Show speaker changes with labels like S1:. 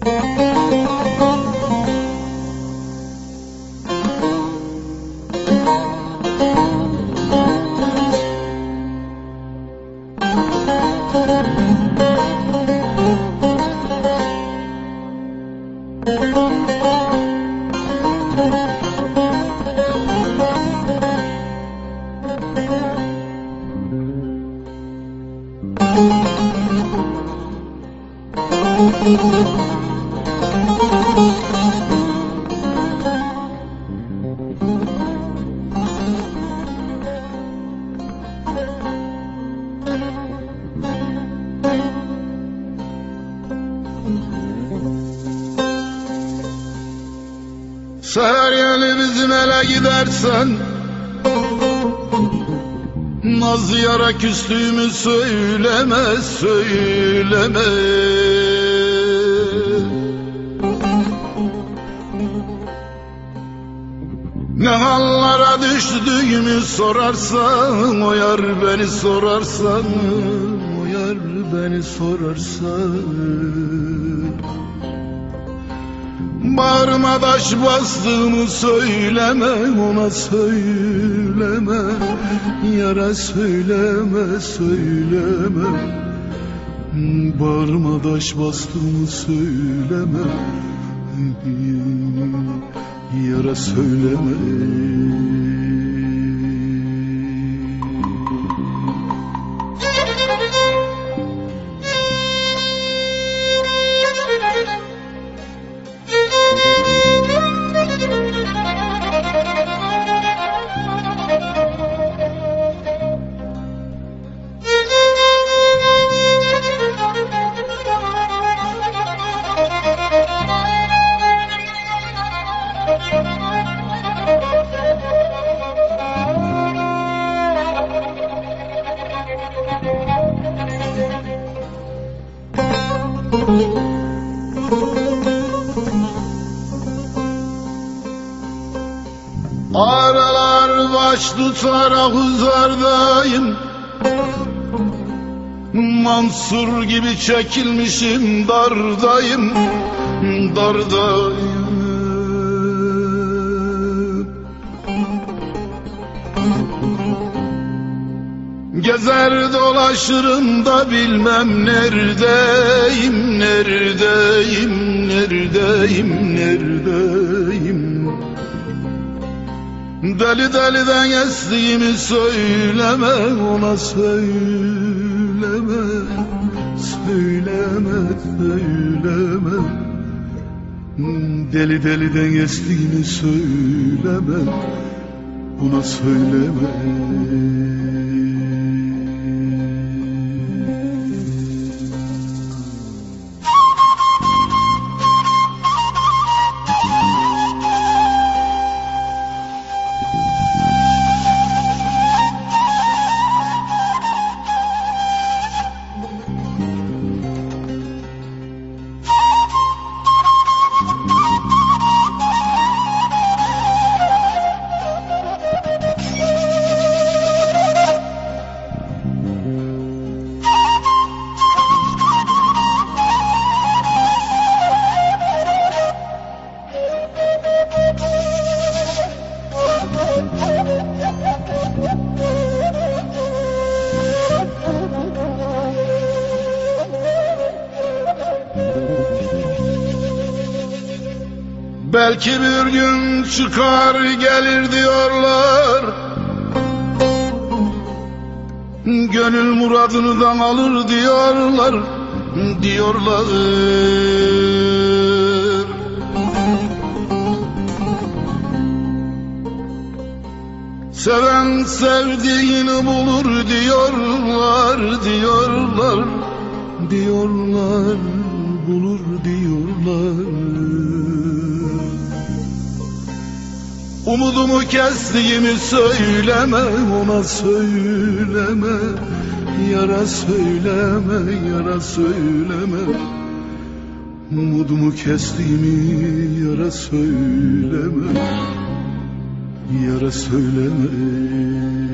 S1: Seher yeli bizim ele gidersen, naz yara küstüğümü söyleme, söyleme. Ne hallara düştüğümü sorarsan, o yar beni sorarsan, o yar beni sorarsan. Bağrıma taş bastığımı söyleme, ona söyleme. Yara söyleme, söyleme. Bağrıma taş bastığımı söyleme. Yara söyleme. Aralar baş tutarak uzardayım, Mansur gibi çekilmişim dardayım, dardayım. Gezer dolaşırım da bilmem neredeyim, neredeyim, neredeyim, neredeyim. Deli deliden estiğimi söyleme, ona söyleme, söyleme, söyleme. Deli deliden estiğimi söyleme, ona söyleme. Belki bir gün çıkar gelir diyorlar, gönül muradından alır diyorlar, diyorlar. Seven sevdiğini bulur diyorlar, diyorlar, diyorlar, bulur diyorlar. Umudumu kestiğimi söyleme, ona söyleme. Yara söyleme, yara söyleme. Umudumu kestiğimi yara söyleme. Yara söyleme.